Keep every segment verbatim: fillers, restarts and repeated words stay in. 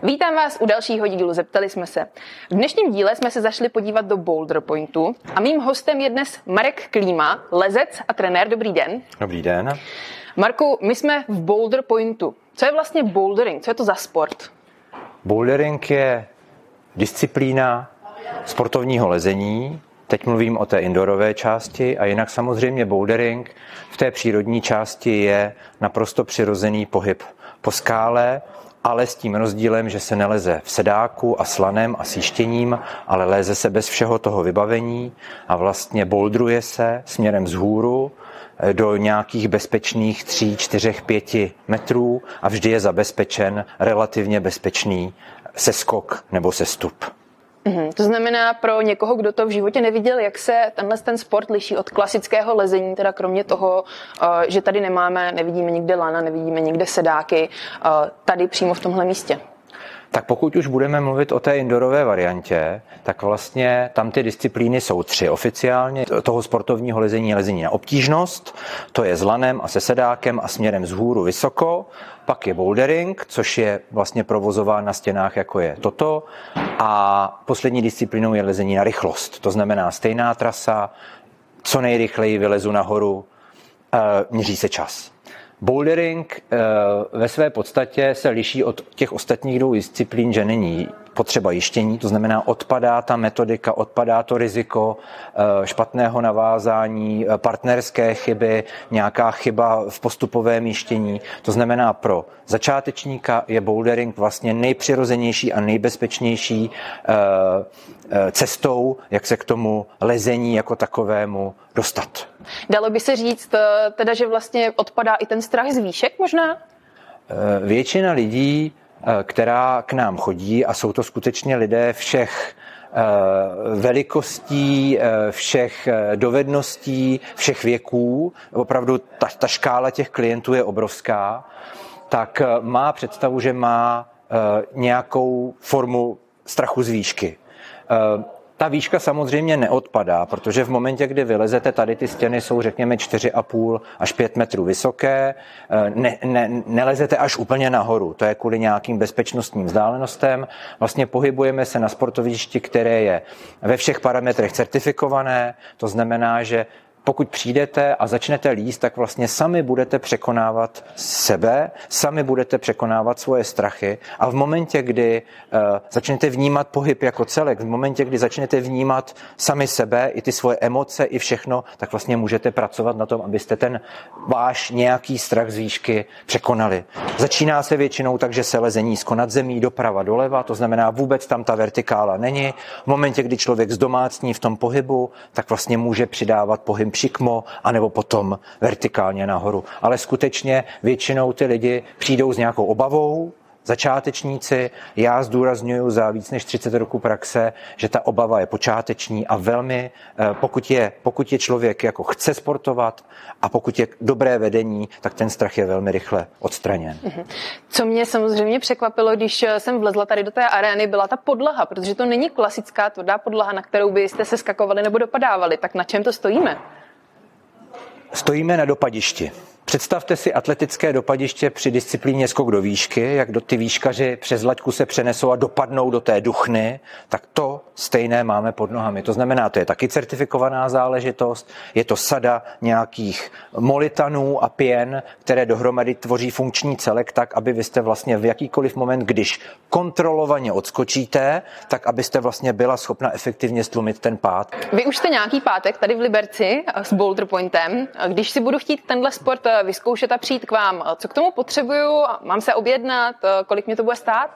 Vítám vás u dalšího dílu Zeptali jsme se. V dnešním díle jsme se zašli podívat do Boulder Pointu a mým hostem je dnes Marek Klíma, lezec a trenér. Dobrý den. Dobrý den. Marku, my jsme v Boulder Pointu. Co je vlastně bouldering? Co je to za sport? Bouldering je disciplína sportovního lezení. Teď mluvím o té indoorové části a jinak samozřejmě bouldering v té přírodní části je naprosto přirozený pohyb po skále, ale s tím rozdílem, že se neleze v sedáku a slanem a síštěním, ale léze se bez všeho toho vybavení a vlastně bouldruje se směrem vzhůru do nějakých bezpečných tří, čtyřech, pěti metrů a vždy je zabezpečen relativně bezpečný seskok nebo sestup. Mhm, to znamená pro někoho, kdo to v životě neviděl, jak se tenhle ten sport liší od klasického lezení, teda kromě toho, že tady nemáme, nevidíme nikde lana, nevidíme nikde sedáky, tady přímo v tomhle místě. Tak pokud už budeme mluvit o té indoorové variantě, tak vlastně tam ty disciplíny jsou tři oficiálně. Toho sportovního lezení je lezení na obtížnost, to je s lanem a se sedákem a směrem vzhůru vysoko. Pak je bouldering, což je vlastně provozován na stěnách, jako je toto. A poslední disciplínou je lezení na rychlost. To znamená stejná trasa, co nejrychleji vylezu nahoru, měří se čas. Bouldering ve své podstatě se liší od těch ostatních dvou disciplín, že není potřeba jištění, to znamená odpadá ta metodika, odpadá to riziko špatného navázání, partnerské chyby, nějaká chyba v postupovém jištění. To znamená pro začátečníka je bouldering vlastně nejpřirozenější a nejbezpečnější cestou, jak se k tomu lezení jako takovému dostat. Dalo by se říct teda, že vlastně odpadá i ten strach z výšek možná? Většina lidí, která k nám chodí, a jsou to skutečně lidé všech velikostí, všech dovedností, všech věků, opravdu ta, ta škála těch klientů je obrovská, tak má představu, že má nějakou formu strachu z výšky. Ta výška samozřejmě neodpadá, protože v momentě, kdy vylezete, tady ty stěny jsou řekněme čtyři a půl až pět metrů vysoké, ne, ne, nelezete až úplně nahoru, to je kvůli nějakým bezpečnostním vzdálenostem. Vlastně pohybujeme se na sportovišti, které je ve všech parametrech certifikované, to znamená, že pokud přijdete a začnete líst, tak vlastně sami budete překonávat sebe, sami budete překonávat svoje strachy a v momentě, kdy uh, začnete vnímat pohyb jako celek, v momentě, kdy začnete vnímat sami sebe, i ty svoje emoce, i všechno, tak vlastně můžete pracovat na tom, abyste ten váš nějaký strach z výšky překonali. Začíná se většinou tak, že se leze nízko nad zemí, doprava, doleva, to znamená vůbec tam ta vertikála není. V momentě, kdy člověk zdomácní v tom pohybu, tak vlastně může přidávat pohyb přikmo, anebo potom vertikálně nahoru. Ale skutečně většinou ty lidi přijdou s nějakou obavou, začátečníci, já zdůrazňuji za víc než třicet roků praxe, že ta obava je počáteční a velmi, pokud je, pokud je člověk jako chce sportovat a pokud je dobré vedení, tak ten strach je velmi rychle odstraněn. Co mě samozřejmě překvapilo, když jsem vlezla tady do té arény, byla ta podlaha, protože to není klasická tvrdá podlaha, na kterou byste se skakovali nebo dopadávali. Tak na čem to stojíme? Stojíme na dopadišti. Představte si atletické dopadiště při disciplíně skok do výšky, jak do ty výškaři přes laťku se přenesou a dopadnou do té duchny, tak to stejné máme pod nohami. To znamená, to je taky certifikovaná záležitost, je to sada nějakých molitanů a pěn, které dohromady tvoří funkční celek tak, aby vy jste vlastně v jakýkoliv moment, když kontrolovaně odskočíte, tak abyste vlastně byla schopna efektivně stlumit ten pád. Vy už jste nějaký pátek tady v Liberci s Boulder Pointem. Když si budu chtít tenhle sport vyzkoušet a přijít k vám, co k tomu potřebuju? Mám se objednat? Kolik mě to bude stát?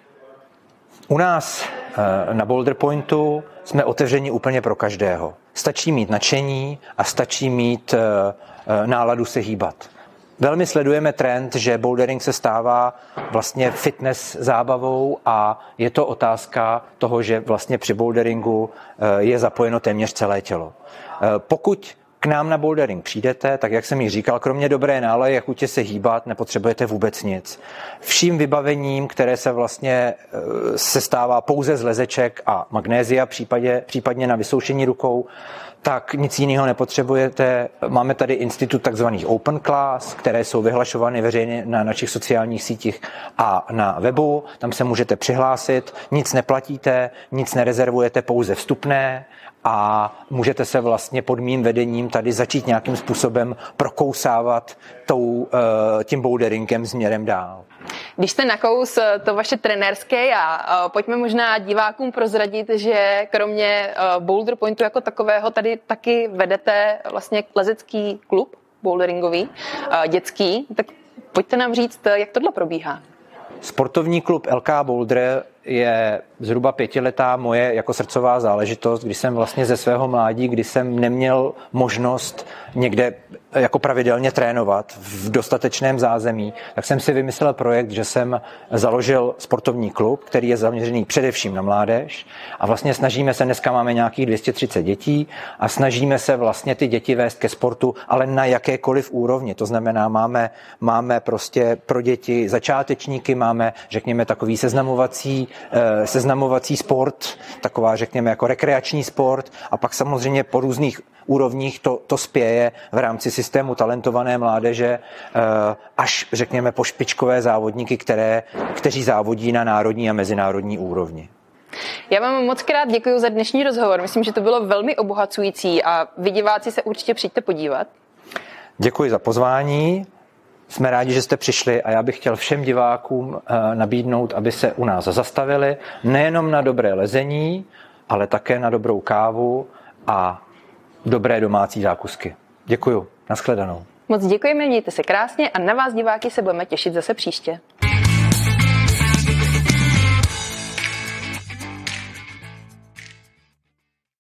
U nás na Boulder Pointu jsme otevřeni úplně pro každého. Stačí mít nadšení a stačí mít náladu se hýbat. Velmi sledujeme trend, že bouldering se stává vlastně fitness zábavou a je to otázka toho, že vlastně při boulderingu je zapojeno téměř celé tělo. Pokud k nám na bouldering přijdete, tak jak jsem ji říkal, kromě dobré nálaje, jak chutě se hýbat, nepotřebujete vůbec nic. Vším vybavením, které se vlastně sestává pouze z lezeček a magnézia, případě, případně na vysoušení rukou, tak nic jiného nepotřebujete. Máme tady institut takzvaných open class, které jsou vyhlašovány veřejně na našich sociálních sítích a na webu. Tam se můžete přihlásit, nic neplatíte, nic nerezervujete, pouze vstupné a můžete se vlastně pod mým vedením tady začít nějakým způsobem prokousávat tou, tím boulderingem směrem dál. Když jste nakous to vaše trenérské a pojďme možná divákům prozradit, že kromě Boulder Pointu jako takového tady taky vedete vlastně lezecký klub boulderingový, dětský, tak pojďte nám říct, jak tohle probíhá. Sportovní klub L K Boulder je zhruba pětiletá moje jako srdcová záležitost, kdy jsem vlastně ze svého mládí, kdy jsem neměl možnost někde jako pravidelně trénovat v dostatečném zázemí, tak jsem si vymyslel projekt, že jsem založil sportovní klub, který je zaměřený především na mládež a vlastně snažíme se, dneska máme nějakých dvě stě třicet dětí a snažíme se vlastně ty děti vést ke sportu, ale na jakékoliv úrovni. To znamená, máme, máme prostě pro děti začátečníky, máme, řekněme, takový seznamovací seznamovací sport, taková řekněme jako rekreační sport a pak samozřejmě po různých úrovních to, to spěje v rámci systému talentované mládeže až řekněme po špičkové závodníky, které, kteří závodí na národní a mezinárodní úrovni. Já vám moc krát děkuji za dnešní rozhovor. Myslím, že to bylo velmi obohacující a vy diváci se určitě přijďte podívat. Děkuji za pozvání. Jsme rádi, že jste přišli a já bych chtěl všem divákům nabídnout, aby se u nás zastavili nejenom na dobré lezení, ale také na dobrou kávu a dobré domácí zákusky. Děkuju. Nashledanou. Moc děkujeme, mějte se krásně a na vás diváky se budeme těšit zase příště.